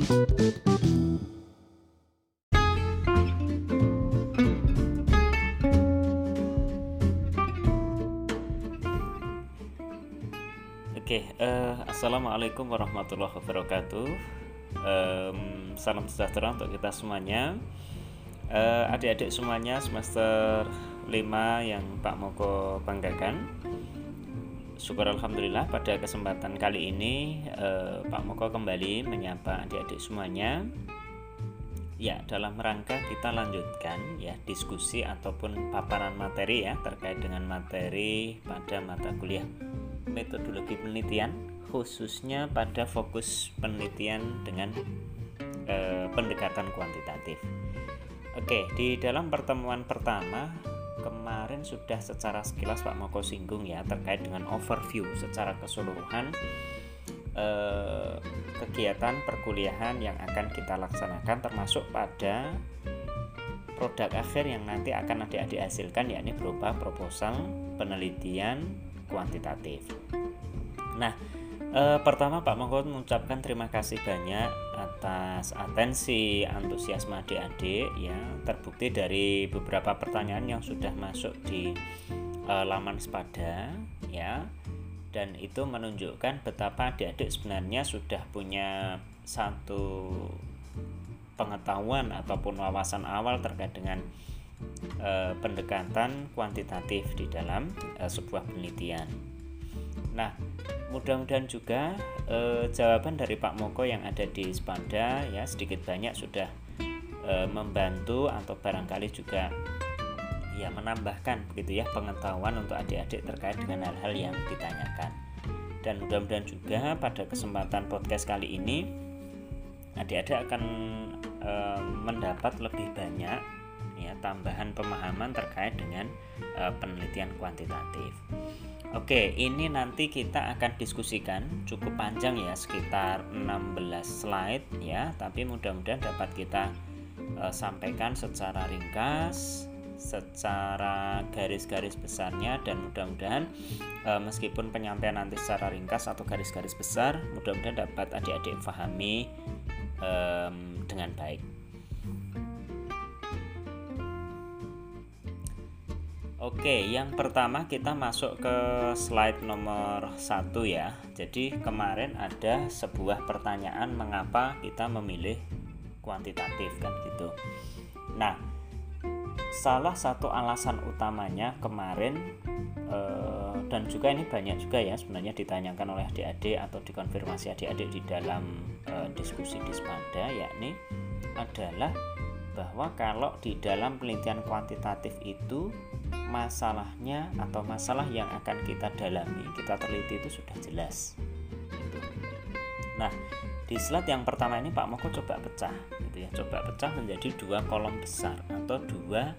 Assalamualaikum warahmatullahi wabarakatuh. Salam sejahtera untuk kita semuanya. Adik-adik semuanya semester 5 yang Pak Moko banggakan. Syukur alhamdulillah pada kesempatan kali ini Pak Moko kembali menyapa adik-adik semuanya. Ya, dalam rangka kita lanjutkan ya diskusi ataupun paparan materi ya terkait dengan materi pada mata kuliah metodologi penelitian, khususnya pada fokus penelitian dengan pendekatan kuantitatif. Oke, di dalam pertemuan pertama kemarin sudah secara sekilas Pak Moko singgung ya terkait dengan overview secara keseluruhan kegiatan perkuliahan yang akan kita laksanakan, termasuk pada produk akhir yang nanti akan adik-adik hasilkan, yakni berupa proposal penelitian kuantitatif. Nah, pertama Pak Moko mengucapkan terima kasih banyak atas atensi antusiasme adik-adik ya, terbukti dari beberapa pertanyaan yang sudah masuk di laman Spada ya. Dan itu menunjukkan betapa adik-adik sebenarnya sudah punya satu pengetahuan ataupun wawasan awal terkait dengan pendekatan kuantitatif di dalam sebuah penelitian. Nah, mudah-mudahan juga jawaban dari Pak Moko yang ada di Spada ya sedikit banyak sudah membantu atau barangkali juga ya menambahkan begitu ya pengetahuan untuk adik-adik terkait dengan hal-hal yang ditanyakan. Dan mudah-mudahan juga pada kesempatan podcast kali ini adik-adik akan mendapat lebih banyak ya tambahan pemahaman terkait dengan penelitian kuantitatif. Oke, ini nanti kita akan diskusikan cukup panjang ya, sekitar 16 slide ya, tapi mudah-mudahan dapat kita sampaikan secara ringkas, secara garis-garis besarnya, dan mudah-mudahan meskipun penyampaian nanti secara ringkas atau garis-garis besar, mudah-mudahan dapat adik-adik pahami dengan baik. Oke, yang pertama kita masuk ke slide nomor 1 ya. Jadi kemarin ada sebuah pertanyaan mengapa kita memilih kuantitatif kan gitu. Nah, salah satu alasan utamanya kemarin dan juga ini banyak juga ya sebenarnya ditanyakan oleh adik-adik atau dikonfirmasi adik-adik di dalam diskusi di Spada, yakni adalah bahwa kalau di dalam penelitian kuantitatif itu masalahnya atau masalah yang akan kita dalami, kita teliti itu sudah jelas gitu. Nah, di slide yang pertama ini Pak Moko coba pecah gitu ya, coba pecah menjadi dua kolom besar atau dua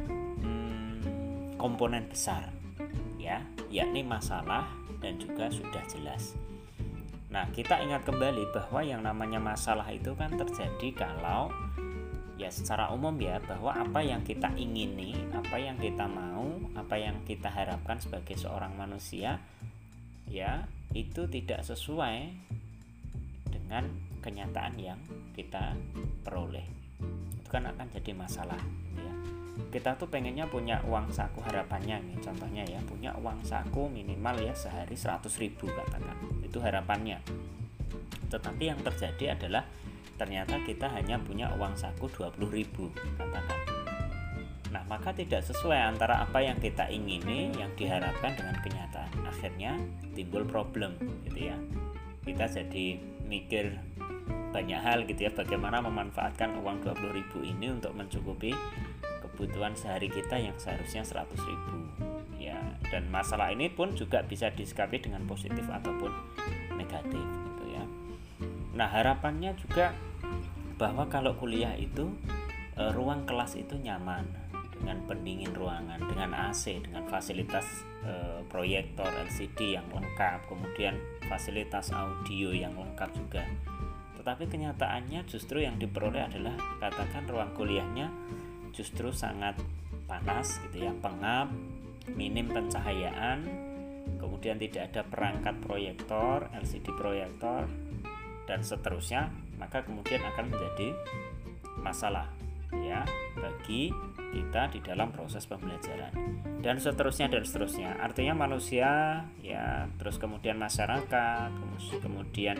komponen besar ya, yakni masalah dan juga sudah jelas. Nah, kita ingat kembali bahwa yang namanya masalah itu kan terjadi kalau ya secara umum ya, bahwa apa yang kita ingini, apa yang kita mau, apa yang kita harapkan sebagai seorang manusia ya, itu tidak sesuai dengan kenyataan yang kita peroleh. Itu kan akan jadi masalah ya. Kita tuh pengennya punya uang saku, harapannya nih contohnya ya, punya uang saku minimal ya sehari 100.000 katakan, itu harapannya. Tetapi yang terjadi adalah ternyata kita hanya punya uang saku 20.000 katakan. Nah, maka tidak sesuai antara apa yang kita ingini, yang diharapkan dengan kenyataan. Akhirnya timbul problem gitu ya. Kita jadi mikir banyak hal gitu ya, bagaimana memanfaatkan uang 20.000 ini untuk mencukupi kebutuhan sehari kita yang seharusnya 100.000 ya. Dan masalah ini pun juga bisa disikapi dengan positif ataupun negatif gitu ya. Nah, harapannya juga bahwa kalau kuliah itu ruang kelas itu nyaman dengan pendingin ruangan, dengan AC, dengan fasilitas proyektor LCD yang lengkap, kemudian fasilitas audio yang lengkap juga. Tetapi kenyataannya justru yang diperoleh adalah katakan ruang kuliahnya justru sangat panas gitu ya, pengap, minim pencahayaan, kemudian tidak ada perangkat proyektor, LCD proyektor dan seterusnya. maka kemudian akan menjadi masalah ya bagi kita di dalam proses pembelajaran, dan seterusnya. Artinya manusia ya, terus kemudian masyarakat, kemudian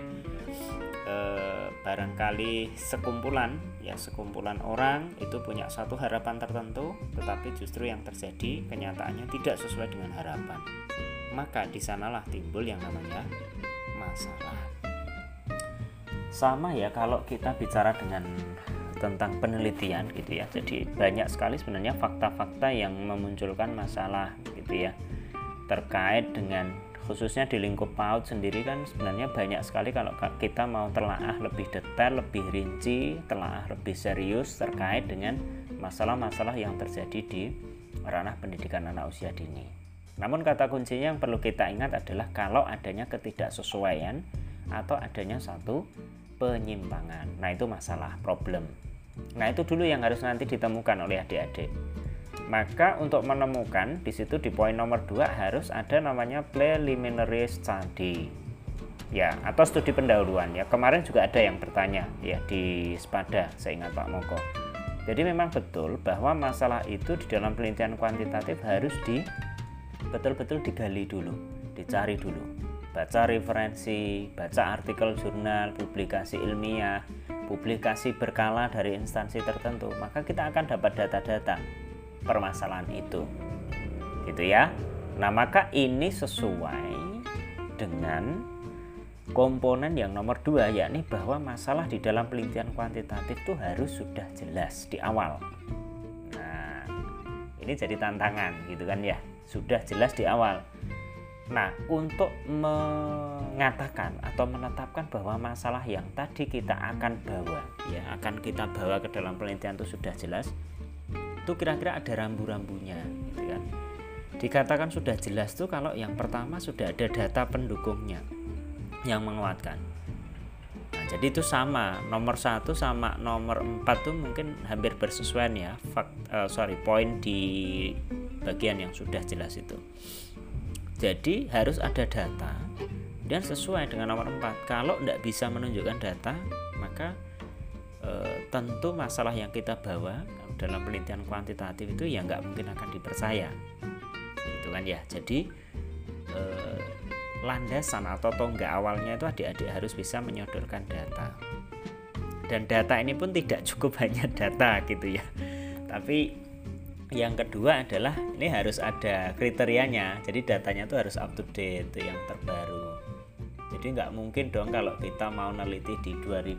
barangkali sekumpulan orang itu punya satu harapan tertentu, tetapi justru yang terjadi kenyataannya tidak sesuai dengan harapan. Maka disanalah timbul yang namanya masalah. Sama ya kalau kita bicara tentang penelitian gitu ya. Jadi banyak sekali sebenarnya fakta-fakta yang memunculkan masalah gitu ya. Terkait dengan khususnya di lingkup PAUD sendiri kan sebenarnya banyak sekali kalau kita mau telaah lebih detail, lebih rinci, telaah lebih serius terkait dengan masalah-masalah yang terjadi di ranah pendidikan anak usia dini. Namun kata kuncinya yang perlu kita ingat adalah kalau adanya ketidaksesuaian atau adanya satu penyimpangan. Nah, itu masalah, problem. Nah, itu dulu yang harus nanti ditemukan oleh adik-adik. Maka untuk menemukan di situ di poin nomor 2 harus ada namanya preliminary study. Ya, atau studi pendahuluan ya. Kemarin juga ada yang bertanya ya di Spada, saya ingat Pak Moko. Jadi memang betul bahwa masalah itu di dalam penelitian kuantitatif harus betul-betul digali dulu, dicari dulu. Baca referensi, baca artikel jurnal, publikasi ilmiah, publikasi berkala dari instansi tertentu, maka kita akan dapat data-data permasalahan itu gitu ya. Nah, maka ini sesuai dengan komponen yang nomor 2, yakni bahwa masalah di dalam penelitian kuantitatif itu harus sudah jelas di awal. Nah, ini jadi tantangan gitu kan ya, sudah jelas di awal. Nah, untuk mengatakan atau menetapkan bahwa masalah yang tadi kita akan bawa ke dalam penelitian itu sudah jelas, itu kira-kira ada rambu-rambunya gitu kan. Dikatakan sudah jelas tuh kalau yang pertama sudah ada data pendukungnya yang menguatkan. Nah, jadi itu sama nomor 1 sama nomor 4 tuh mungkin hampir bersesuaian ya, poin di bagian yang sudah jelas itu. Jadi harus ada data dan sesuai dengan nomor 4. Kalau tidak bisa menunjukkan data, maka tentu masalah yang kita bawa dalam penelitian kuantitatif itu ya nggak mungkin akan dipercaya, gitu kan ya. Jadi landasan atau tonggak awalnya itu adik-adik harus bisa menyodorkan data, dan data ini pun tidak cukup hanya data gitu ya, tapi yang kedua adalah ini harus ada kriterianya. Jadi datanya itu harus up to date, yang terbaru. Jadi nggak mungkin dong kalau kita mau neliti di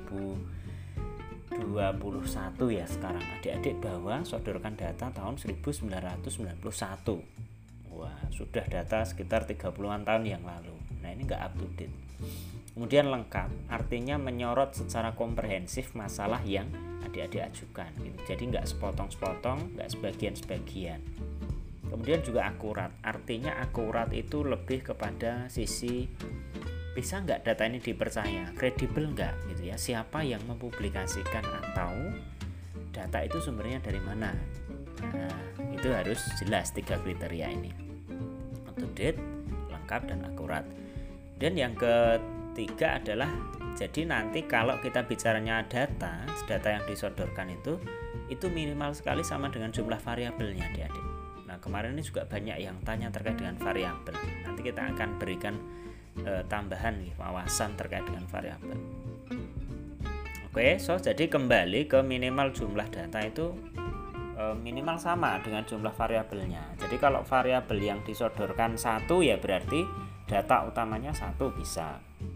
2021 ya sekarang, adik-adik bawa sodorkan data tahun 1991. Wah, sudah data sekitar 30-an tahun yang lalu. Nah, ini nggak up to date. Kemudian lengkap, artinya menyorot secara komprehensif masalah yang adik-adik ajukan gitu. Jadi nggak sepotong-sepotong, nggak sebagian-sebagian. Kemudian juga akurat, artinya akurat itu lebih kepada sisi bisa nggak data ini dipercaya, kredibel nggak gitu ya, siapa yang mempublikasikan atau data itu sumbernya dari mana. Nah, itu harus jelas 3 kriteria ini, up to date, lengkap, dan akurat. Dan yang ketiga adalah, jadi nanti kalau kita bicaranya data yang disodorkan itu minimal sekali sama dengan jumlah variabelnya adik-adik. Nah, kemarin ini juga banyak yang tanya terkait dengan variabel. Nanti kita akan berikan tambahan wawasan terkait dengan variabel. Oke, jadi kembali ke minimal jumlah data itu minimal sama dengan jumlah variabelnya. Jadi kalau variabel yang disodorkan 1 ya berarti data utamanya 1 bisa.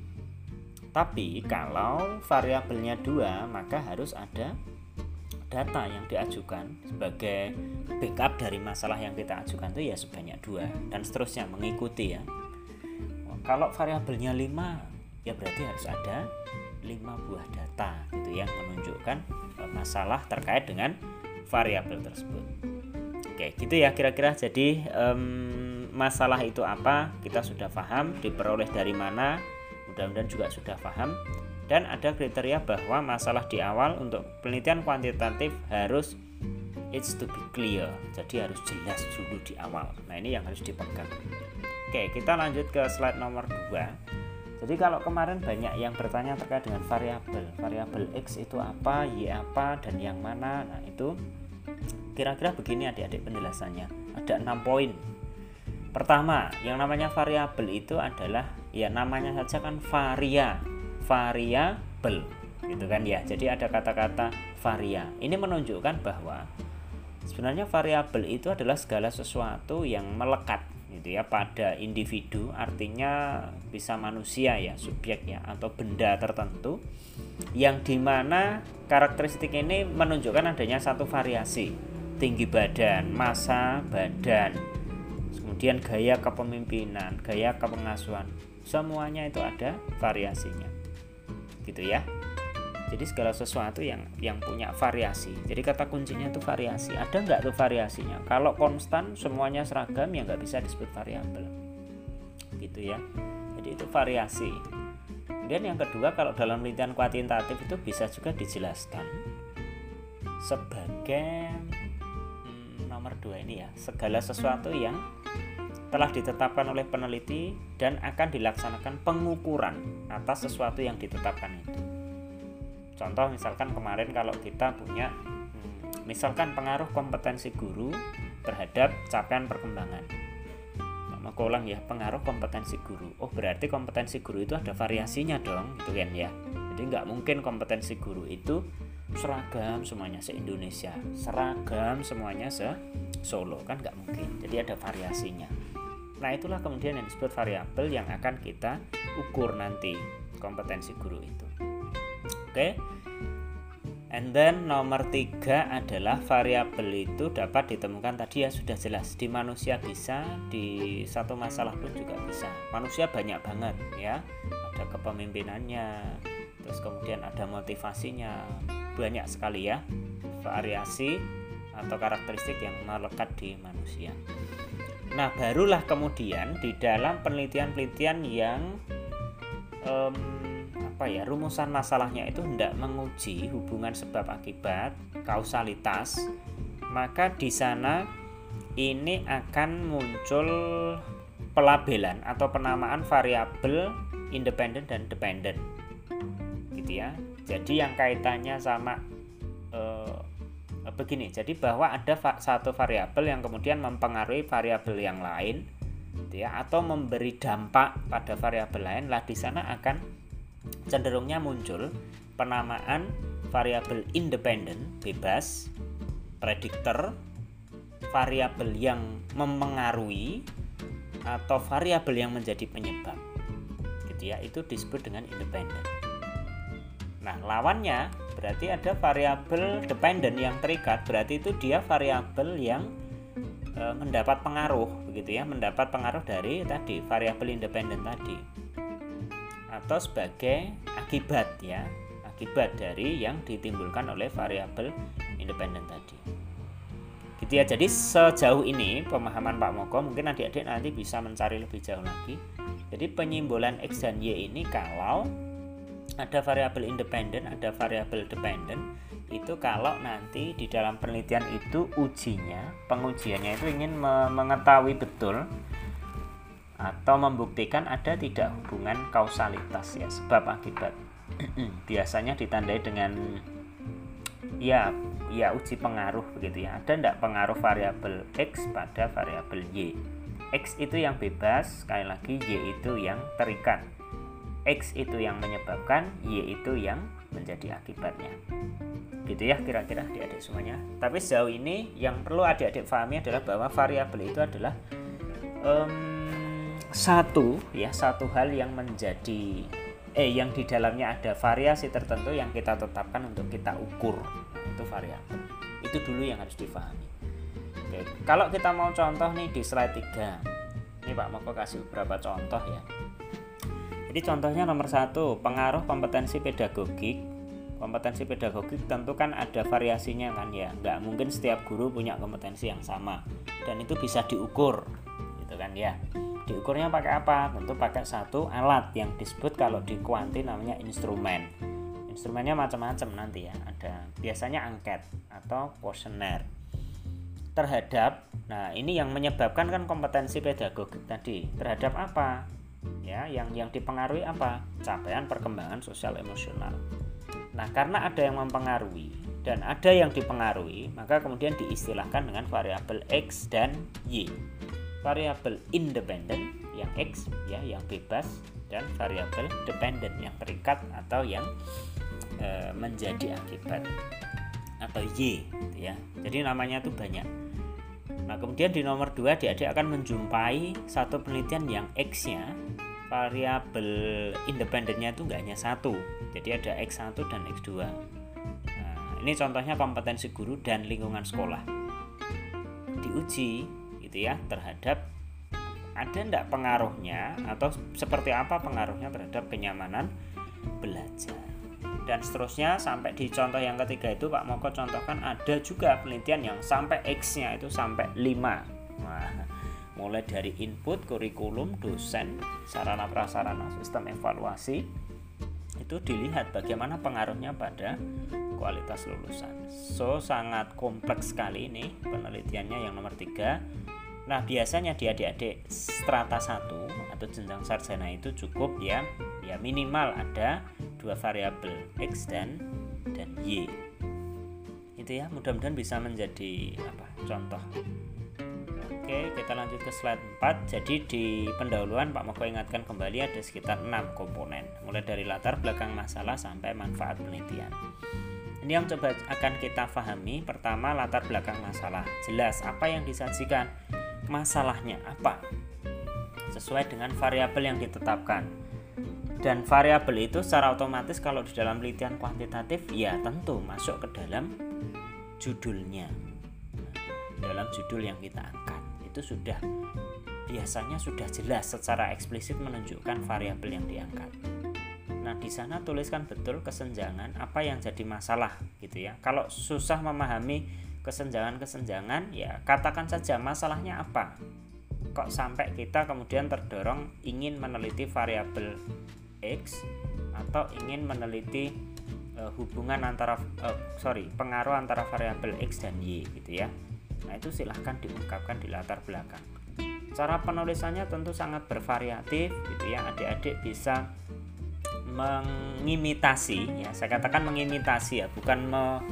Tapi kalau variabelnya 2, maka harus ada data yang diajukan sebagai backup dari masalah yang kita ajukan itu ya sebanyak 2, dan seterusnya mengikuti ya. Kalau variabelnya 5, ya berarti harus ada 5 buah data gitu yang menunjukkan masalah terkait dengan variabel tersebut. Oke, gitu ya kira-kira. Jadi masalah itu apa? Kita sudah paham, diperoleh dari mana? Mudah-mudahan juga sudah paham. Dan ada kriteria bahwa masalah di awal untuk penelitian kuantitatif harus it's to be clear. Jadi harus jelas dulu di awal. Nah, ini yang harus dipegang. Oke, kita lanjut ke slide nomor 2. Jadi kalau kemarin banyak yang bertanya terkait dengan variabel X itu apa, Y apa, dan yang mana. Nah itu kira-kira begini adik-adik penjelasannya. Ada 6 poin. Pertama, yang namanya variabel itu adalah, ya namanya saja kan variabel gitu kan ya. Jadi ada kata-kata varia. Ini menunjukkan bahwa sebenarnya variabel itu adalah segala sesuatu yang melekat gitu ya pada individu, artinya bisa manusia ya, subjek ya, atau benda tertentu yang dimana karakteristik ini menunjukkan adanya satu variasi, tinggi badan, massa badan, kemudian gaya kepemimpinan, gaya kepengasuhan, semuanya itu ada variasinya gitu ya. Jadi segala sesuatu yang punya variasi. Jadi kata kuncinya itu variasi. Ada nggak tuh variasinya? Kalau konstan semuanya seragam ya nggak bisa disebut variabel. Gitu ya. Jadi itu variasi. Kemudian yang kedua, kalau dalam penelitian kuantitatif itu bisa juga dijelaskan sebagai nomor 2 ini ya, segala sesuatu yang telah ditetapkan oleh peneliti dan akan dilaksanakan pengukuran atas sesuatu yang ditetapkan itu. Contoh misalkan kemarin kalau kita punya misalkan pengaruh kompetensi guru terhadap capaian perkembangan. Mau ulang ya, pengaruh kompetensi guru. Oh berarti kompetensi guru itu ada variasinya dong, gitu kan ya. Jadi nggak mungkin kompetensi guru itu seragam semuanya se-Indonesia, seragam semuanya se-Solo, kan nggak mungkin. Jadi ada variasinya. Nah itulah kemudian yang disebut variabel yang akan kita ukur nanti kompetensi guru itu. Oke. And then nomor 3 adalah variabel itu dapat ditemukan tadi ya, sudah jelas di manusia bisa, di satu masalah pun juga bisa. Manusia banyak banget ya, ada kepemimpinannya, terus kemudian ada motivasinya, banyak sekali ya variasi atau karakteristik yang melekat di manusia. Nah barulah kemudian di dalam penelitian-penelitian yang rumusan masalahnya itu hendak menguji hubungan sebab akibat, kausalitas, maka di sana ini akan muncul pelabelan atau penamaan variabel independen dan dependen gitu ya. Jadi yang kaitannya sama begini, jadi bahwa ada satu variabel yang kemudian mempengaruhi variabel yang lain gitu ya, atau memberi dampak pada variabel lain, lah di sana akan cenderungnya muncul penamaan variabel independen, bebas, prediktor, variabel yang mempengaruhi, atau variabel yang menjadi penyebab gitu ya, itu disebut dengan independen. Nah lawannya berarti ada variabel dependen yang terikat, berarti itu dia variabel yang mendapat pengaruh begitu ya, mendapat pengaruh dari tadi variabel independen tadi, atau sebagai akibat ya, akibat dari yang ditimbulkan oleh variabel independen tadi gitu ya. Jadi sejauh ini pemahaman Pak Moko, mungkin adik-adik nanti bisa mencari lebih jauh lagi. Jadi penyimbolan X dan Y ini kalau ada variabel independen, ada variabel dependen, itu kalau nanti di dalam penelitian itu pengujiannya itu ingin mengetahui betul atau membuktikan ada tidak hubungan kausalitas ya, sebab akibat. Biasanya ditandai dengan ya uji pengaruh begitu ya. Ada tidak pengaruh variabel X pada variabel Y? X itu yang bebas, sekali lagi Y itu yang terikat. X itu yang menyebabkan, Y itu yang menjadi akibatnya. Gitu ya kira-kira adik-adik semuanya. Tapi sejauh ini yang perlu adik-adik pahami adalah bahwa variabel itu adalah satu hal yang menjadi yang di dalamnya ada variasi tertentu yang kita tetapkan untuk kita ukur. Itu variabel. Itu dulu yang harus dipahami. Oke, kalau kita mau contoh nih di slide 3. Ini Pak Moko kasih beberapa contoh ya. Jadi contohnya nomor 1, pengaruh kompetensi pedagogik. Kompetensi pedagogik tentu kan ada variasinya kan ya. Nggak mungkin setiap guru punya kompetensi yang sama. Dan itu bisa diukur gitu kan ya. Diukurnya pakai apa? Tentu pakai satu alat yang disebut kalau di kuanti namanya instrumen. Instrumennya macam-macam nanti ya. Ada biasanya angket atau kuesioner terhadap. Nah ini yang menyebabkan kan kompetensi pedagogik tadi. Terhadap apa? Ya, yang dipengaruhi apa? Capaian perkembangan sosial emosional. Nah, karena ada yang mempengaruhi dan ada yang dipengaruhi, maka kemudian diistilahkan dengan variabel X dan Y. Variabel independen yang X ya, yang bebas, dan variabel dependent yang terikat atau yang menjadi akibat atau Y gitu ya. Jadi namanya itu banyak. Nah, kemudian di nomor 2 adik-adik akan menjumpai satu penelitian yang X-nya variabel independennya itu enggak hanya satu. Jadi ada X1 dan X2. Nah, ini contohnya kompetensi guru dan lingkungan sekolah. Diuji gitu ya terhadap ada enggak pengaruhnya atau seperti apa pengaruhnya terhadap kenyamanan belajar. Dan seterusnya sampai di contoh yang ketiga itu Pak Moko contohkan ada juga penelitian yang sampai X-nya itu sampai 5. Nah, mulai dari input, kurikulum, dosen, sarana prasarana, sistem evaluasi itu dilihat bagaimana pengaruhnya pada kualitas lulusan. So sangat kompleks sekali ini penelitiannya yang nomor 3. Nah, biasanya di adik-adik strata 1 atau jenjang sarjana itu cukup ya minimal ada 2 variabel X dan Y. Itu ya, mudah-mudahan bisa menjadi contoh. Oke, kita lanjut ke slide 4. Jadi di pendahuluan Pak Moko ingatkan kembali ada sekitar 6 komponen, mulai dari latar belakang masalah sampai manfaat penelitian. Ini yang coba akan kita pahami. Pertama, latar belakang masalah. Jelas apa yang disajikan, masalahnya apa, sesuai dengan variabel yang ditetapkan. Dan variabel itu secara otomatis kalau di dalam penelitian kuantitatif ya tentu masuk ke dalam judulnya. Dalam judul yang kita angkat itu biasanya sudah jelas secara eksplisit menunjukkan variabel yang diangkat. Nah, di sana tuliskan betul kesenjangan apa yang jadi masalah gitu ya. Kalau susah memahami kesenjangan-kesenjangan ya katakan saja masalahnya apa. Kok sampai kita kemudian terdorong ingin meneliti variabel X atau ingin meneliti pengaruh antara variabel X dan Y gitu ya. Nah, itu silahkan diungkapkan di latar belakang. Cara penulisannya tentu sangat bervariatif gitu ya. Adik-adik bisa mengimitasi ya, saya katakan mengimitasi ya, bukan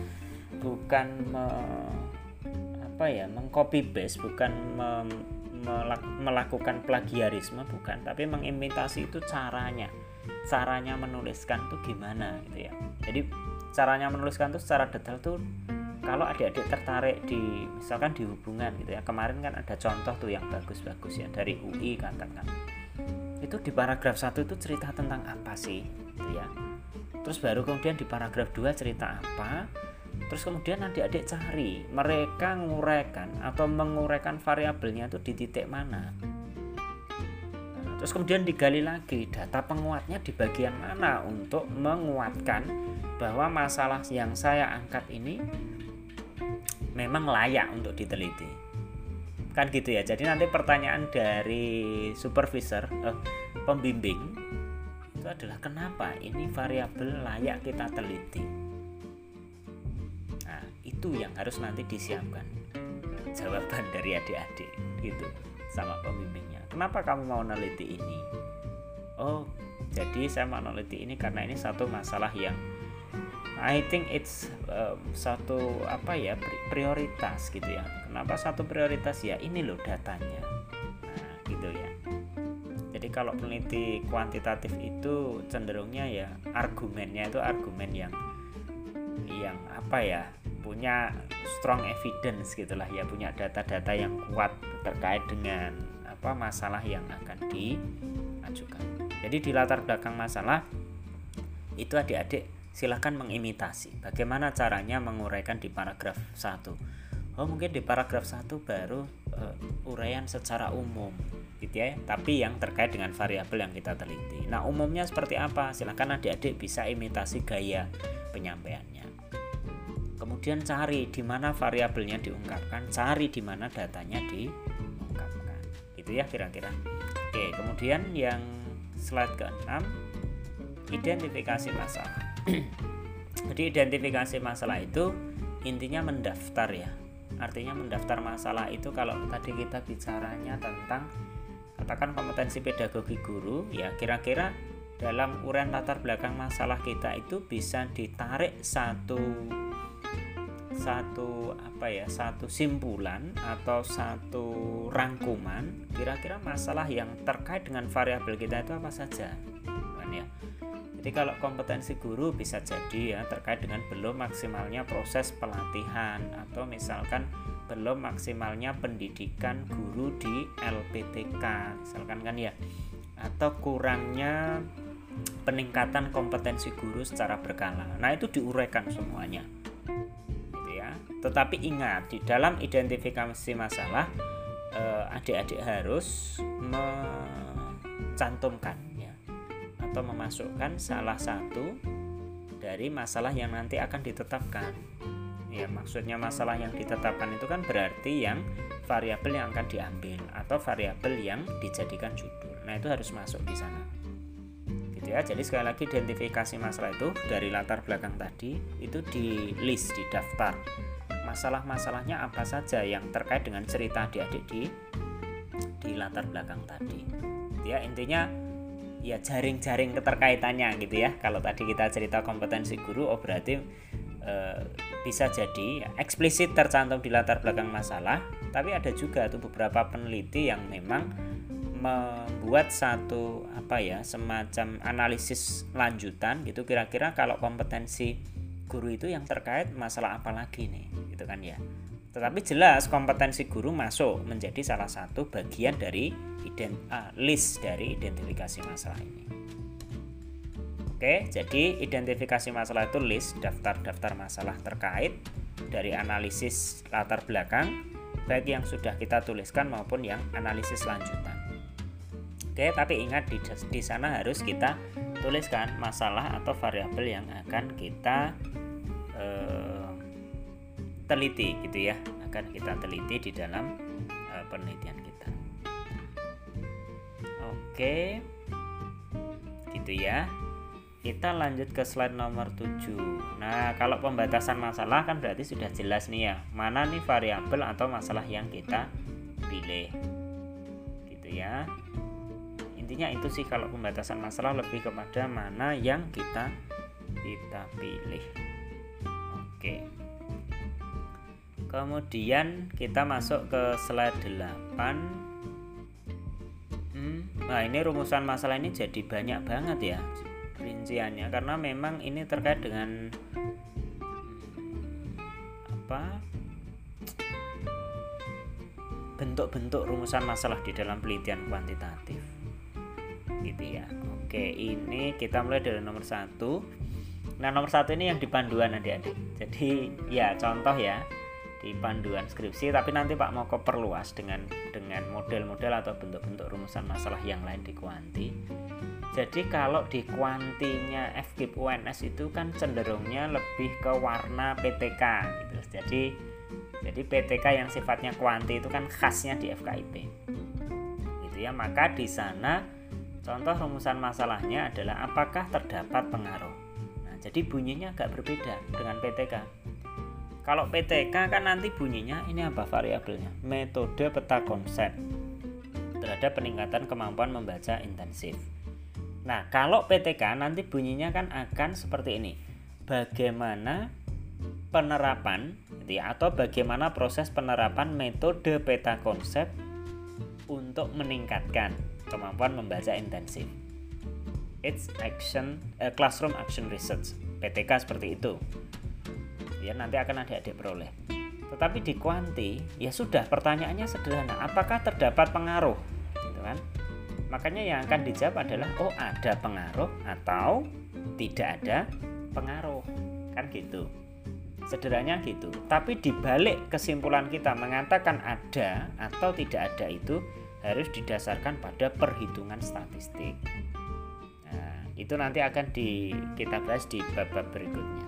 mengcopy paste, bukan melakukan plagiarisme, bukan, tapi mengimitasi itu caranya menuliskan tuh gimana gitu ya. Jadi caranya menuliskan tuh secara detail tuh kalau adik-adik tertarik misalkan di hubungan gitu ya. Kemarin kan ada contoh tuh yang bagus-bagus ya dari UI katakan. Itu di paragraf 1 itu cerita tentang apa sih gitu ya. Terus baru kemudian di paragraf 2 cerita apa. Terus kemudian adik-adik cari mereka menguraikan variabelnya itu di titik mana. Terus kemudian digali lagi data penguatnya di bagian mana untuk menguatkan bahwa masalah yang saya angkat ini memang layak untuk diteliti. Kan gitu ya. Jadi nanti pertanyaan dari supervisor, pembimbing itu adalah kenapa ini variabel layak kita teliti. Nah, itu yang harus nanti disiapkan jawaban dari adik-adik gitu sama pembimbingnya. Kenapa kamu mau neliti ini? Oh, jadi saya mau neliti ini karena ini satu masalah yang I think it's satu prioritas gitu ya. Kenapa satu prioritas ya? Ini loh datanya. Nah, gitu ya. Jadi kalau peneliti kuantitatif itu cenderungnya ya argumennya itu argumen yang punya strong evidence gitulah ya, punya data-data yang kuat terkait dengan masalah yang akan diajukan. Jadi di latar belakang masalah itu adik-adik silakan mengimitasi bagaimana caranya menguraikan di paragraf 1. Mungkin di paragraf 1 baru uraian secara umum gitu ya, tapi yang terkait dengan variabel yang kita teliti. Nah, umumnya seperti apa? Silakan adik-adik bisa imitasi gaya penyampaiannya. Kemudian cari di mana variabelnya diungkapkan, cari di mana datanya diungkapkan. Itu ya kira-kira. Oke, kemudian yang slide ke-6, identifikasi masalah. Jadi identifikasi masalah itu intinya mendaftar ya. Artinya mendaftar masalah itu kalau tadi kita bicaranya tentang katakan kompetensi pedagogi guru, ya kira-kira dalam uraian latar belakang masalah kita itu bisa ditarik satu simpulan atau satu rangkuman kira-kira masalah yang terkait dengan variabel kita itu apa saja, kan ya. Jadi kalau kompetensi guru bisa jadi ya terkait dengan belum maksimalnya proses pelatihan, atau misalkan belum maksimalnya pendidikan guru di LPTK misalkan, kan ya, atau kurangnya peningkatan kompetensi guru secara berkala. Nah, itu diuraikan semuanya gitu ya. Tetapi ingat, di dalam identifikasi masalah adik-adik harus mencantumkan ya, atau memasukkan salah satu dari masalah yang nanti akan ditetapkan. Ya, maksudnya masalah yang ditetapkan itu kan berarti yang variabel yang akan diambil atau variabel yang dijadikan judul. Nah, itu harus masuk di sana. Gitu ya. Jadi sekali lagi, identifikasi masalah itu dari latar belakang tadi itu di list, di daftar. Masalah-masalahnya apa saja yang terkait dengan cerita adik-adik di latar belakang tadi. Gitu ya, intinya ya jaring-jaring keterkaitannya gitu ya. Kalau tadi kita cerita kompetensi guru, oh berarti bisa jadi ya, eksplisit tercantum di latar belakang masalah, tapi ada juga tuh beberapa peneliti yang memang membuat satu semacam analisis lanjutan gitu, kira-kira kalau kompetensi guru itu yang terkait masalah apa lagi nih gitu kan ya. Tetapi jelas kompetensi guru masuk menjadi salah satu bagian dari list dari identifikasi masalah ini. Oke, jadi identifikasi masalah itu list, daftar-daftar masalah terkait dari analisis latar belakang, baik yang sudah kita tuliskan maupun yang analisis lanjutan. Oke, tapi ingat di sana harus kita tuliskan masalah atau variabel yang akan kita teliti gitu ya, akan kita teliti di dalam penelitian kita. Oke, gitu ya. Kita lanjut ke slide nomor 7. Nah, kalau pembatasan masalah kan berarti sudah jelas nih ya, mana nih variabel atau masalah yang kita pilih. Gitu ya. Intinya itu sih, kalau pembatasan masalah lebih kepada mana yang kita pilih. Oke. Kemudian kita masuk ke slide 8. Nah, ini rumusan masalah ini jadi banyak banget ya rinciannya, karena memang ini terkait dengan bentuk-bentuk rumusan masalah di dalam penelitian kuantitatif gitu ya. Oke, ini kita mulai dari nomor 1. Nah, nomor 1 ini yang di panduan adik-adik. Jadi ya contoh ya di panduan skripsi, tapi nanti Pak mau perluas dengan model-model atau bentuk-bentuk rumusan masalah yang lain di kuanti. Jadi kalau di kuantinya FKIP UNS itu kan cenderungnya lebih ke warna PTK gitu. Jadi PTK yang sifatnya kuanti itu kan khasnya di FKIP. Gitu ya, maka di sana contoh rumusan masalahnya adalah apakah terdapat pengaruh. Nah, jadi bunyinya agak berbeda dengan PTK. Kalau PTK kan nanti bunyinya ini apa variabelnya? Metode peta konsep terhadap peningkatan kemampuan membaca intensif. Nah, kalau PTK nanti bunyinya kan akan seperti ini. Bagaimana penerapan gitu ya, atau bagaimana proses penerapan metode peta konsep untuk meningkatkan kemampuan membaca intensif. It's classroom action research. PTK seperti itu. Ya, nanti akan adik-adik peroleh. Tetapi di kuanti ya sudah, pertanyaannya sederhana, apakah terdapat pengaruh? Gitu kan? Makanya yang akan dijawab adalah ada pengaruh atau tidak ada pengaruh, kan gitu. Sederhananya gitu. Tapi dibalik kesimpulan kita mengatakan ada atau tidak ada itu harus didasarkan pada perhitungan statistik. Nah, itu nanti akan kita bahas di bab-bab berikutnya.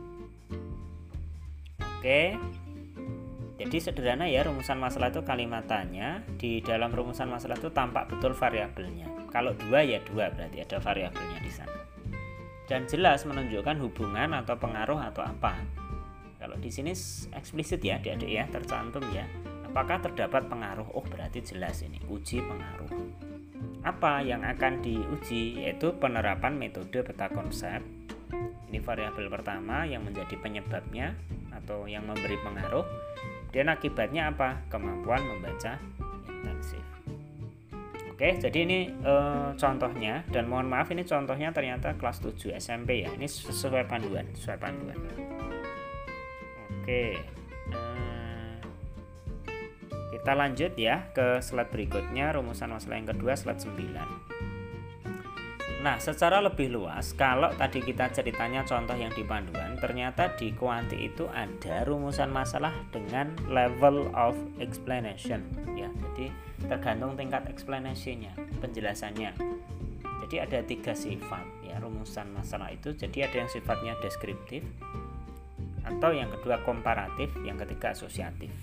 Oke. Jadi sederhana ya, rumusan masalah itu kalimatannya, di dalam rumusan masalah itu tampak betul variabelnya. Kalau 2 ya 2, berarti ada variabelnya di sana. Dan jelas menunjukkan hubungan atau pengaruh atau apa. Kalau di sini eksplisit ya adik-adik ya, tercantum ya apakah terdapat pengaruh? Oh, berarti jelas ini uji pengaruh. Apa yang akan diuji? Yaitu penerapan metode peta konsep. Ini variabel pertama yang menjadi penyebabnya atau yang memberi pengaruh. Dan akibatnya apa? Kemampuan membaca intensif. Oke, jadi ini contohnya, dan mohon maaf ini contohnya ternyata kelas 7 SMP ya. Ini sesuai panduan. Oke. Kita lanjut ya ke slide berikutnya, rumusan masalah yang kedua, slide 9. Nah, secara lebih luas, kalau tadi kita ceritanya contoh yang di panduan, ternyata di kuanti itu ada rumusan masalah dengan level of explanation ya. Jadi tergantung tingkat explanation-nya, penjelasannya. Jadi ada 3 sifat ya rumusan masalah itu. Jadi ada yang sifatnya deskriptif, atau yang kedua komparatif, yang ketiga asosiatif.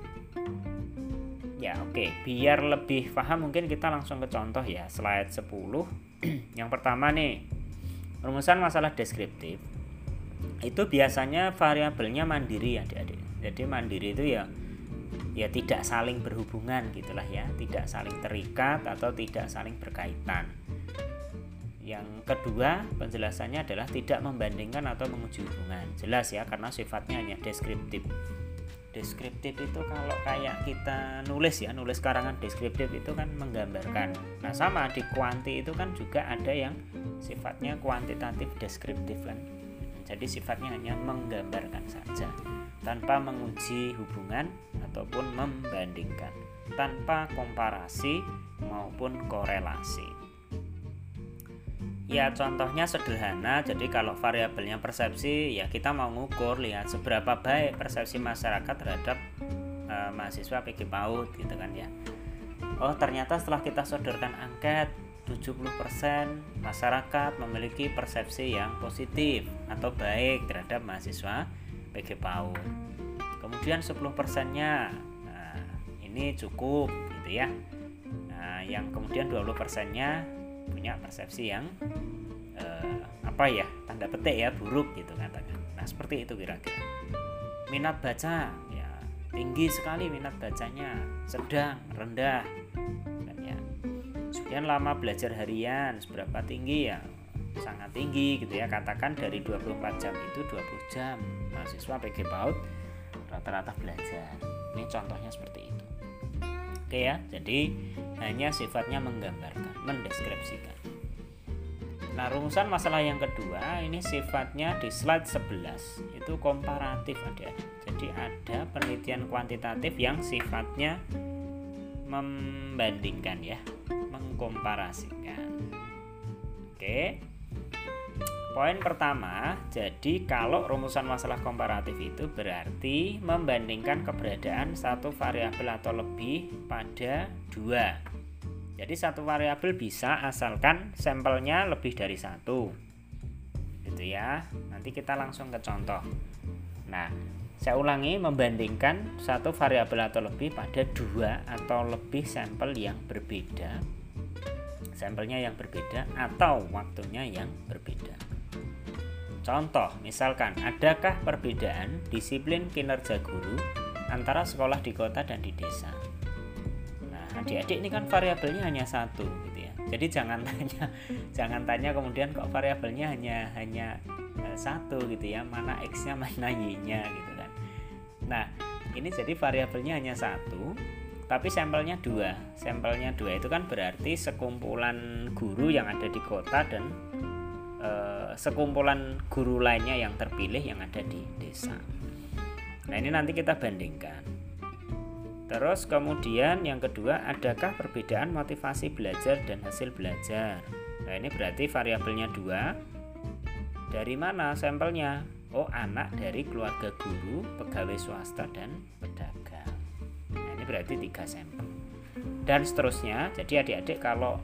Ya, oke. Biar lebih paham mungkin kita langsung ke contoh ya, slide 10. Yang pertama nih, rumusan masalah deskriptif itu biasanya variabelnya mandiri ya adik-adik. Jadi mandiri itu ya tidak saling berhubungan gitulah ya, tidak saling terikat atau tidak saling berkaitan. Yang kedua, penjelasannya adalah tidak membandingkan atau menguji hubungan. Jelas ya, karena sifatnya hanya deskriptif. Deskriptif itu kalau kayak kita nulis karangan deskriptif itu kan menggambarkan. Nah, sama di kuanti itu kan juga ada yang sifatnya kuantitatif deskriptif kan. Jadi sifatnya hanya menggambarkan saja, tanpa menguji hubungan ataupun membandingkan, tanpa komparasi maupun korelasi. Ya, contohnya sederhana. Jadi kalau variabelnya persepsi, ya kita mau ngukur, lihat seberapa baik persepsi masyarakat terhadap mahasiswa PG PAUD gitu kan ya. Oh, ternyata setelah kita sodorkan angket, 70% masyarakat memiliki persepsi yang positif atau baik terhadap mahasiswa PG PAUD. Kemudian 10%-nya ini cukup gitu ya. Nah, yang kemudian 20%-nya punya persepsi yang tanda petik ya, buruk gitu katakan. Nah, seperti itu kira-kira. Minat baca ya tinggi sekali, minat bacanya sedang, rendah kan ya. Kemudian lama belajar harian seberapa tinggi ya, sangat tinggi gitu ya. Katakan dari 24 jam itu 20 jam mahasiswa PG PAUD rata-rata belajar. Ini contohnya seperti itu. Oke ya, jadi hanya sifatnya menggambarkan, mendeskripsikan. Nah, rumusan masalah yang kedua ini sifatnya di slide 11 itu komparatif adik-adik. Jadi ada penelitian kuantitatif yang sifatnya membandingkan ya, mengkomparasikan. Oke. Poin pertama, jadi kalau rumusan masalah komparatif itu berarti membandingkan keberadaan satu variabel atau lebih pada 2. Jadi satu variabel bisa asalkan sampelnya lebih dari 1. Gitu ya. Nanti kita langsung ke contoh. Nah, saya ulangi, membandingkan satu variabel atau lebih pada 2 atau lebih sampel yang berbeda. Sampelnya yang berbeda atau waktunya yang berbeda. Contoh, misalkan, adakah perbedaan disiplin kinerja guru antara sekolah di kota dan di desa? Nah, adik-adik ini kan variabelnya hanya 1 gitu ya. Jadi jangan tanya kemudian kok variabelnya hanya 1 gitu ya, mana X-nya mana Y-nya gitu kan. Nah, ini jadi variabelnya hanya 1, tapi sampelnya 2. Sampelnya 2 itu kan berarti sekumpulan guru yang ada di kota dan sekumpulan guru lainnya yang terpilih yang ada di desa. Nah, ini nanti kita bandingkan. Terus kemudian yang kedua, adakah perbedaan motivasi belajar dan hasil belajar? Nah, ini berarti variabelnya 2. Dari mana sampelnya? Oh, anak dari keluarga guru, pegawai swasta, dan pedagang. Nah, ini berarti 3 sampel. Dan seterusnya. Jadi adik-adik kalau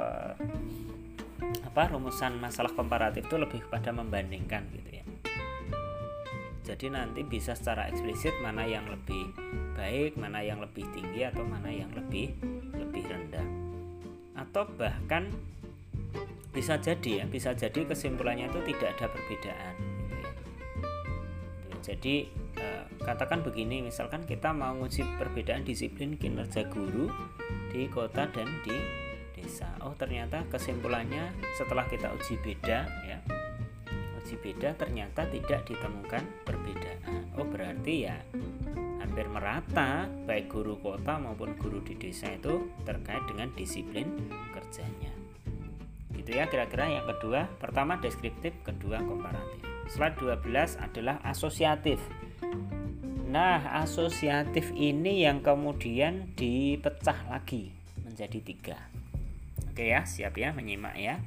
rumusan masalah komparatif itu lebih kepada membandingkan gitu ya. Jadi nanti bisa secara eksplisit mana yang lebih baik, mana yang lebih tinggi, atau mana yang lebih rendah. Atau bahkan bisa jadi kesimpulannya itu tidak ada perbedaan gitu ya. Jadi katakan begini, misalkan kita mau uji perbedaan disiplin kinerja guru di kota dan di desa. Oh, ternyata kesimpulannya setelah kita uji beda ya, uji beda ternyata tidak ditemukan perbedaan. Oh, berarti ya hampir merata baik guru kota maupun guru di desa itu terkait dengan disiplin kerjanya. Gitu ya kira-kira. Yang kedua, pertama deskriptif, kedua komparatif. Slide 12 adalah asosiatif. Nah, asosiatif ini yang kemudian dipecah lagi menjadi 3. Oke ya, siap ya menyimak ya.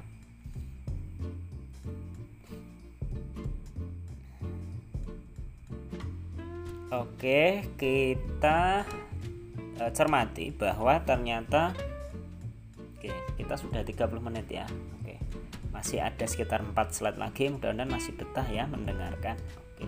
Oke, kita cermati bahwa ternyata kita sudah 30 menit ya. Oke. Masih ada sekitar 4 slide lagi, mudah-mudahan masih betah ya mendengarkan. Oke.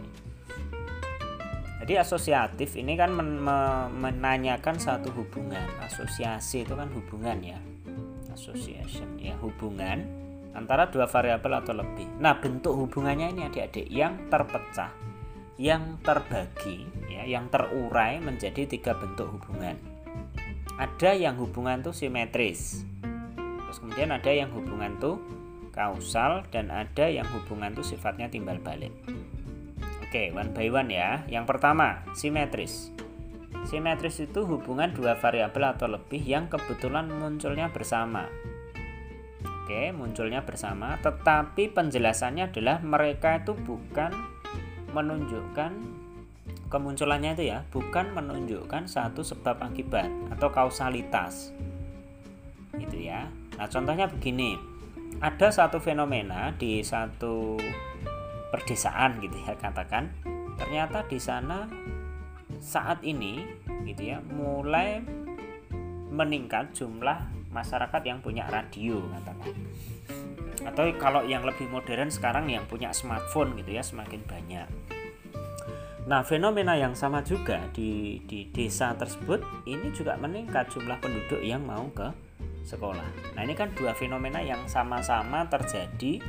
Jadi asosiatif ini kan menanyakan satu hubungan. Asosiasi itu kan hubungan ya. Association ya, hubungan antara dua variabel atau lebih. Nah, bentuk hubungannya ini adik-adik yang terpecah, yang terbagi ya, yang terurai menjadi 3 bentuk hubungan. Ada yang hubungan tuh simetris, terus kemudian ada yang hubungan tuh kausal, dan ada yang hubungan tuh sifatnya timbal balik. Oke, one by one ya. Yang pertama, simetris. Simetris itu hubungan dua variabel atau lebih yang kebetulan munculnya bersama. Oke, munculnya bersama, tetapi penjelasannya adalah mereka itu bukan menunjukkan kemunculannya itu ya, bukan menunjukkan satu sebab akibat atau kausalitas. Gitu ya. Nah, contohnya begini. Ada satu fenomena di satu perdesaan gitu ya, katakan. Ternyata di sana saat ini gitu ya mulai meningkat jumlah masyarakat yang punya radio, katakan. Atau kalau yang lebih modern sekarang yang punya smartphone gitu ya semakin banyak. Nah, fenomena yang sama juga di desa tersebut ini juga meningkat jumlah penduduk yang mau ke sekolah. Nah, ini kan dua fenomena yang sama-sama terjadi,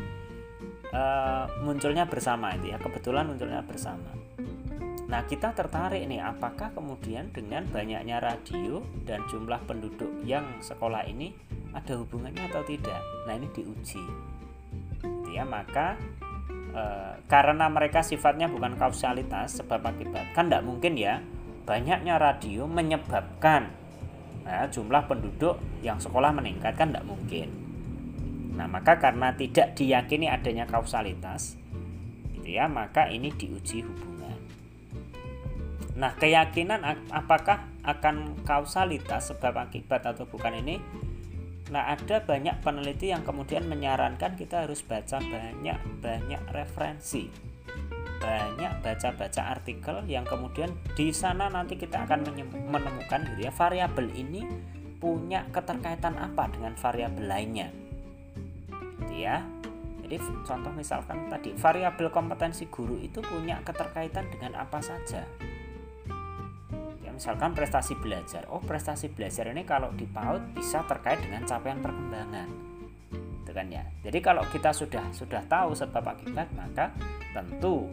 munculnya bersama itu ya, kebetulan munculnya bersama. Nah, kita tertarik nih, apakah kemudian dengan banyaknya radio dan jumlah penduduk yang sekolah ini ada hubungannya atau tidak? Nah, ini diuji. Gitu ya, maka karena mereka sifatnya bukan kausalitas, sebab akibat. Kan tidak mungkin ya banyaknya radio menyebabkan jumlah penduduk yang sekolah meningkat, kan tidak mungkin. Nah, maka karena tidak diyakini adanya kausalitas, gitu ya, maka ini diuji hubungan. Nah, keyakinan apakah akan kausalitas sebab akibat atau bukan ini, nah ada banyak peneliti yang kemudian menyarankan kita harus baca banyak referensi, banyak baca artikel yang kemudian di sana nanti kita akan menemukan gitu ya, variabel ini punya keterkaitan apa dengan variabel lainnya, gitu ya. Jadi contoh misalkan tadi variabel kompetensi guru itu punya keterkaitan dengan apa saja. Misalkan prestasi belajar. Oh, prestasi belajar ini kalau dipaut bisa terkait dengan capaian perkembangan. Itu kan ya. Jadi kalau kita sudah tahu sebab akibat, maka tentu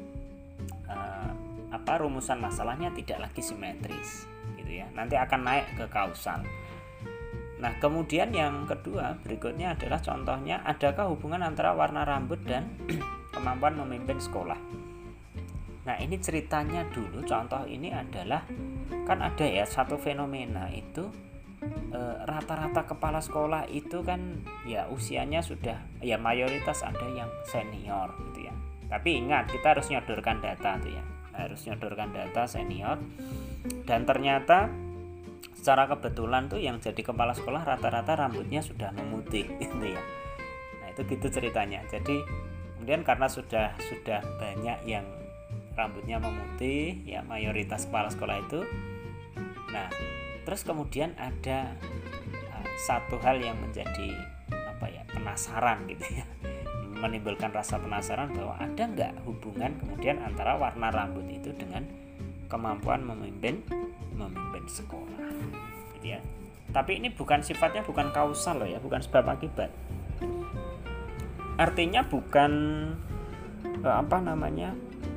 rumusan masalahnya tidak lagi simetris, gitu ya. Nanti akan naik ke kausal. Nah, kemudian yang kedua berikutnya adalah contohnya, adakah hubungan antara warna rambut dan kemampuan memimpin sekolah? Nah, ini ceritanya dulu, contoh ini adalah kan ada ya satu fenomena itu, rata-rata kepala sekolah itu kan ya usianya sudah ya mayoritas ada yang senior gitu ya. Tapi ingat, kita harus nyodorkan data tuh ya. Harus nyodorkan data senior, dan ternyata secara kebetulan tuh yang jadi kepala sekolah rata-rata rambutnya sudah memutih gitu ya. Nah, itu gitu ceritanya. Jadi kemudian karena sudah banyak yang rambutnya memutih ya, mayoritas kepala sekolah itu. Nah, terus kemudian ada satu hal yang menjadi penasaran gitu ya, menimbulkan rasa penasaran bahwa ada nggak hubungan kemudian antara warna rambut itu dengan kemampuan memimpin sekolah, gitu ya. Tapi ini sifatnya bukan kausal loh ya, bukan sebab akibat. Artinya bukan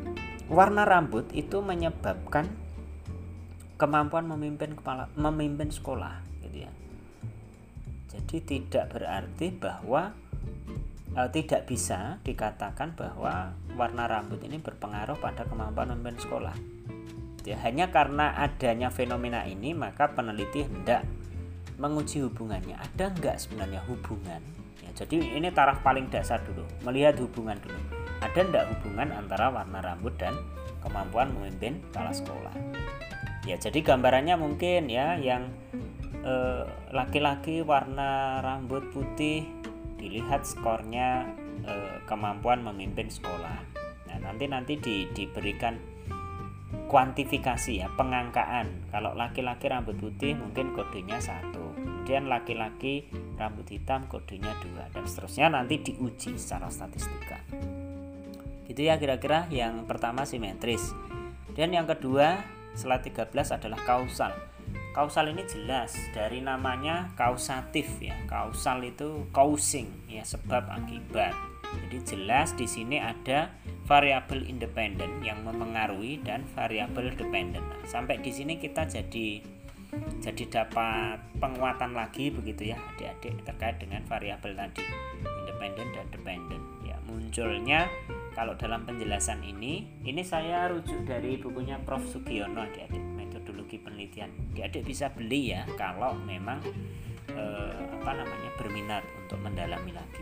warna rambut itu menyebabkan kemampuan memimpin sekolah gitu ya. Jadi tidak berarti bahwa tidak bisa dikatakan bahwa warna rambut ini berpengaruh pada kemampuan memimpin sekolah. Ya, hanya karena adanya fenomena ini maka peneliti hendak menguji hubungannya. Ada enggak sebenarnya hubungan? Ya, jadi ini taraf paling dasar dulu, melihat hubungan dulu. Ada enggak hubungan antara warna rambut dan kemampuan memimpin kepala sekolah? Ya, jadi gambarannya mungkin ya yang laki-laki warna rambut putih dilihat skornya kemampuan memimpin sekolah. Nah, nanti diberikan kuantifikasi ya, pengangkaan. Kalau laki-laki rambut putih mungkin kodenya 1, kemudian laki-laki rambut hitam kodenya 2, dan seterusnya nanti diuji secara statistika. Gitu ya kira-kira. Yang pertama simetris. Dan yang kedua slide 13 adalah kausal. Kausal ini jelas dari namanya kausatif ya. Kausal itu causing ya, sebab akibat. Jadi jelas di sini ada variabel independen yang memengaruhi dan variabel dependen. Nah, sampai di sini kita jadi dapat penguatan lagi begitu ya adik-adik terkait dengan variabel tadi, independen dan dependen. Ya, munculnya kalau dalam penjelasan ini saya rujuk dari bukunya Prof. Sugiono adik-adik, metodologi penelitian. Adik-adik bisa beli ya kalau memang berminat untuk mendalami lagi.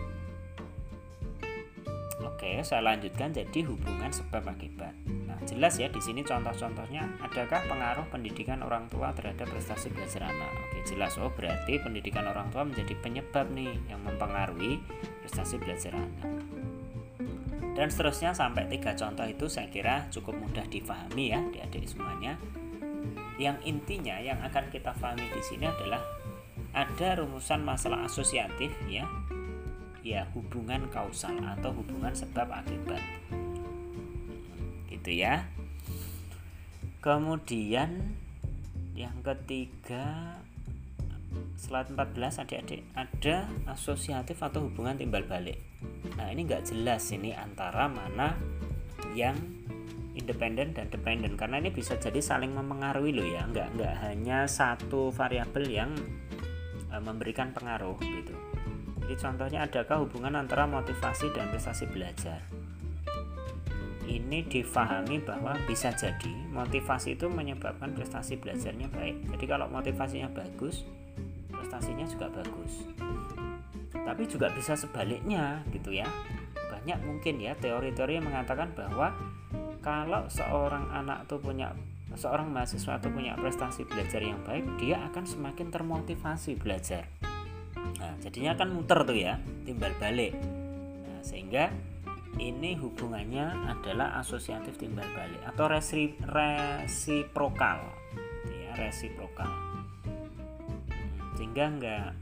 Oke, saya lanjutkan. Jadi hubungan sebab akibat. Nah, jelas ya di sini contoh-contohnya. Adakah pengaruh pendidikan orang tua terhadap prestasi belajar anak? Oke, jelas. Oh, berarti pendidikan orang tua menjadi penyebab nih yang mempengaruhi prestasi belajar anak. Dan seterusnya sampai 3 contoh itu saya kira cukup mudah difahami ya adik-adik semuanya. Yang intinya yang akan kita pahami di sini adalah ada rumusan masalah asosiatif ya, hubungan kausal atau hubungan sebab akibat. Gitu ya. Kemudian yang ketiga slide 14 adik-adik, ada asosiatif atau hubungan timbal balik. Nah, ini enggak jelas ini antara mana yang independen dan dependen, karena ini bisa jadi saling memengaruhi loh ya, enggak hanya satu variabel yang memberikan pengaruh gitu. Jadi contohnya, adakah hubungan antara motivasi dan prestasi belajar? Ini difahami bahwa bisa jadi motivasi itu menyebabkan prestasi belajarnya baik. Jadi kalau motivasinya bagus, prestasinya juga bagus. Tapi juga bisa sebaliknya gitu ya. Banyak mungkin ya teori-teori yang mengatakan bahwa kalau seorang mahasiswa itu punya prestasi belajar yang baik, dia akan semakin termotivasi belajar. Nah, jadinya kan muter tuh ya, timbal balik. Nah, sehingga ini hubungannya adalah asosiatif timbal balik atau resiprokal. Ya, resiprokal. Sehingga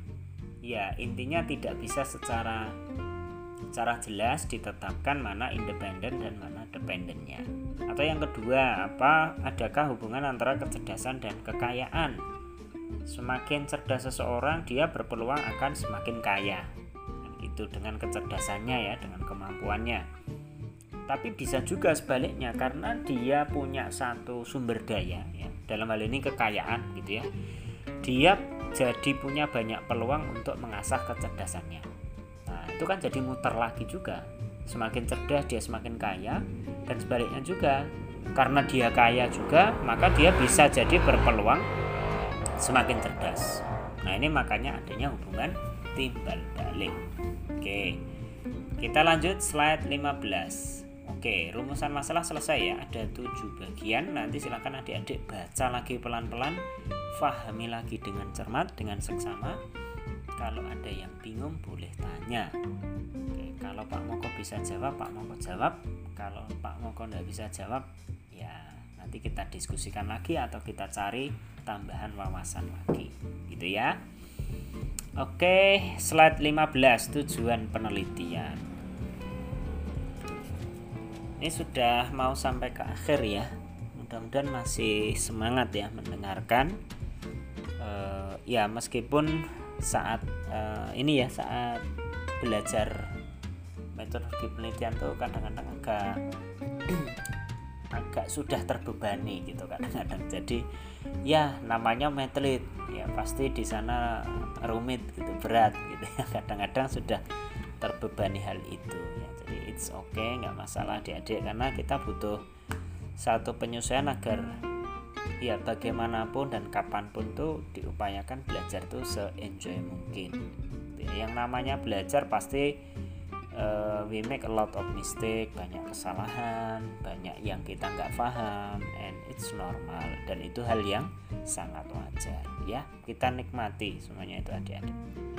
intinya tidak bisa secara jelas ditetapkan mana independen dan mana dependennya. Atau yang kedua, adakah hubungan antara kecerdasan dan kekayaan? Semakin cerdas seseorang, dia berpeluang akan semakin kaya. Itu dengan kecerdasannya ya, dengan kemampuannya. Tapi bisa juga sebaliknya, karena dia punya satu sumber daya ya, dalam hal ini kekayaan gitu ya, dia jadi punya banyak peluang untuk mengasah kecerdasannya. Nah, itu kan jadi muter lagi juga. Semakin cerdas dia semakin kaya, dan sebaliknya juga, karena dia kaya juga maka dia bisa jadi berpeluang semakin cerdas. Nah, ini makanya adanya hubungan timbal balik. Oke, kita lanjut slide 15. Oke, rumusan masalah selesai ya. Ada 7 bagian. Nanti silakan adik-adik baca lagi pelan-pelan, fahami lagi dengan cermat, dengan seksama. Kalau ada yang bingung boleh tanya. Oke, kalau Pak Moko bisa jawab, Pak Moko jawab. Kalau Pak Moko tidak bisa jawab, ya nanti kita diskusikan lagi atau kita cari tambahan wawasan lagi. Gitu ya. Oke, slide 15, tujuan penelitian. Ini sudah mau sampai ke akhir ya. Mudah-mudahan masih semangat ya mendengarkan. Ya meskipun saat saat belajar metodologi penelitian tuh kadang-kadang agak agak sudah terbebani gitu kadang-kadang. Jadi ya namanya matlet ya pasti di sana rumit gitu, berat gitu ya, kadang-kadang sudah terbebani hal itu ya. Jadi it's okay, nggak masalah adik-adik, karena kita butuh satu penyesuaian agar ya bagaimanapun dan kapanpun tuh diupayakan belajar tuh se-enjoy mungkin. Yang namanya belajar pasti we make a lot of mistake, banyak kesalahan, banyak yang kita nggak paham, and it's normal, dan itu hal yang sangat wajar ya. Kita nikmati semuanya itu adik-adik.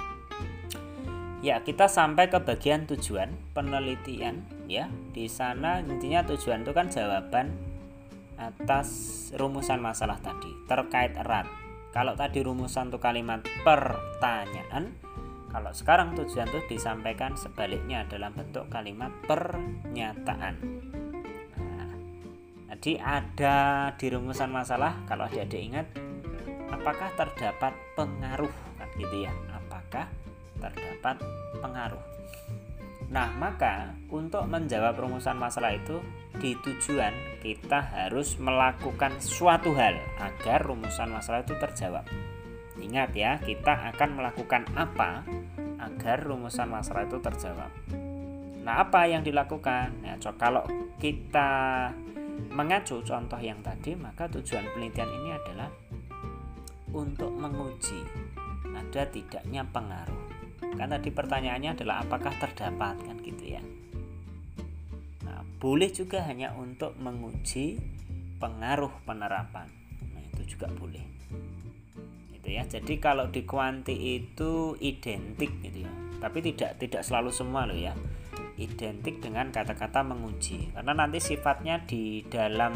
Ya, kita sampai ke bagian tujuan penelitian ya. Di sana intinya tujuan itu kan jawaban atas rumusan masalah tadi terkait erat. Kalau tadi rumusan itu kalimat pertanyaan, kalau sekarang tujuan itu disampaikan sebaliknya dalam bentuk kalimat pernyataan. Nah, jadi ada di rumusan masalah, kalau adik-adik ingat, apakah terdapat pengaruh kan gitu ya? Apakah terdapat pengaruh? Nah, maka untuk menjawab rumusan masalah itu di tujuan kita harus melakukan suatu hal agar rumusan masalah itu terjawab. Ingat ya, kita akan melakukan apa agar rumusan masalah itu terjawab. Nah, apa yang dilakukan? Nah, kalau kita mengacu contoh yang tadi, maka tujuan penelitian ini adalah untuk menguji ada tidaknya pengaruh. Kan tadi pertanyaannya adalah apakah terdapat kan gitu ya. Nah, boleh juga hanya untuk menguji pengaruh penerapan. Nah, itu juga boleh. Ya, jadi kalau di kuanti itu identik gitu ya, tapi tidak selalu semua loh ya, identik dengan kata-kata menguji, karena nanti sifatnya di dalam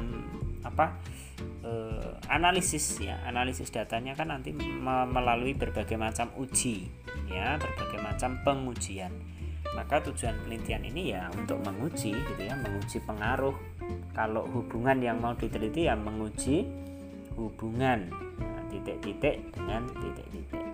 analisis ya, analisis datanya kan nanti melalui berbagai macam uji ya, berbagai macam pengujian. Maka tujuan penelitian ini ya untuk menguji gitu ya, menguji pengaruh. Kalau hubungan yang mau diteliti ya menguji hubungan titik-titik dengan titik-titik.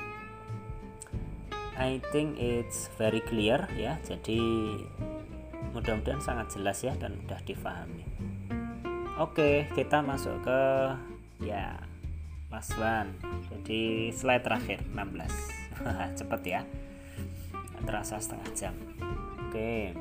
I think it's very clear ya. Jadi mudah-mudahan sangat jelas ya dan mudah difahami. Oke, kita masuk ke ya last one. Jadi slide terakhir 16. Cepet ya. Terasa setengah jam. Oke.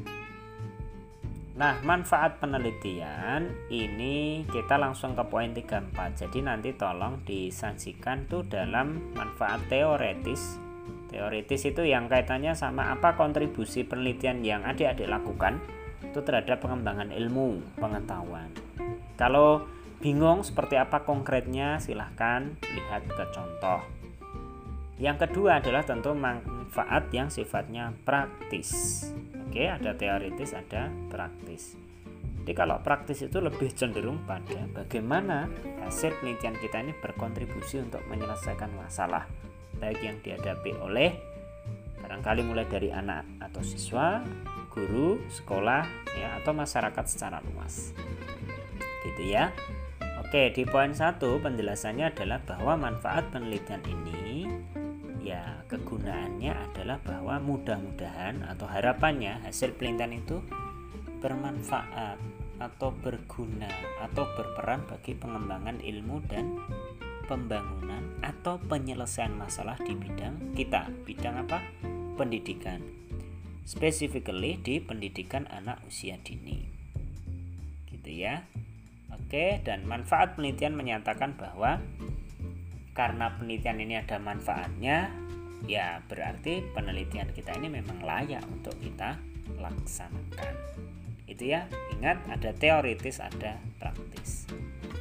Nah, manfaat penelitian ini kita langsung ke poin 34. Jadi nanti tolong disajikan tuh dalam manfaat teoretis. Teoretis itu yang kaitannya sama apa kontribusi penelitian yang adik-adik lakukan itu terhadap pengembangan ilmu pengetahuan. Kalau bingung seperti apa konkretnya, silahkan lihat ke contoh. Yang kedua adalah tentu manfaat yang sifatnya praktis. Oke, ada teoritis, ada praktis. Jadi kalau praktis itu lebih cenderung pada bagaimana hasil penelitian kita ini berkontribusi untuk menyelesaikan masalah, baik yang dihadapi oleh barangkali mulai dari anak atau siswa, guru, sekolah, ya, atau masyarakat secara luas. Gitu ya. Oke, di poin 1 penjelasannya adalah bahwa manfaat penelitian ini ya kegunaannya adalah bahwa mudah-mudahan atau harapannya hasil penelitian itu bermanfaat atau berguna atau berperan bagi pengembangan ilmu dan pembangunan atau penyelesaian masalah di bidang kita. Bidang apa? Pendidikan. Specifically di pendidikan anak usia dini. Gitu ya. Oke, dan manfaat penelitian menyatakan bahwa karena penelitian ini ada manfaatnya, ya berarti penelitian kita ini memang layak untuk kita laksanakan. Itu ya, ingat ada teoritis, ada praktis.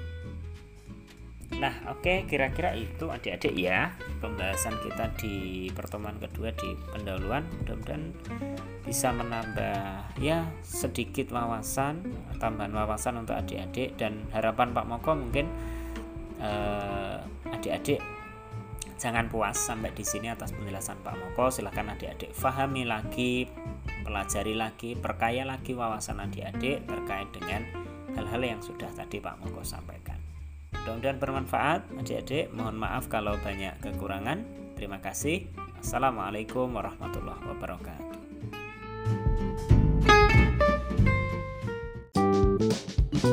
Nah, oke, kira-kira itu adik-adik ya pembahasan kita di pertemuan kedua di pendahuluan. Mudah-mudahan bisa menambah ya sedikit wawasan, tambahan wawasan untuk adik-adik, dan harapan Pak Moko mungkin adik-adik jangan puas sampai di sini atas penjelasan Pak Moko. Silakan adik-adik pahami lagi, pelajari lagi, perkaya lagi wawasan adik-adik terkait dengan hal-hal yang sudah tadi Pak Moko sampaikan. Mudah-mudahan bermanfaat adik-adik. Mohon maaf kalau banyak kekurangan. Terima kasih. Assalamualaikum warahmatullahi wabarakatuh.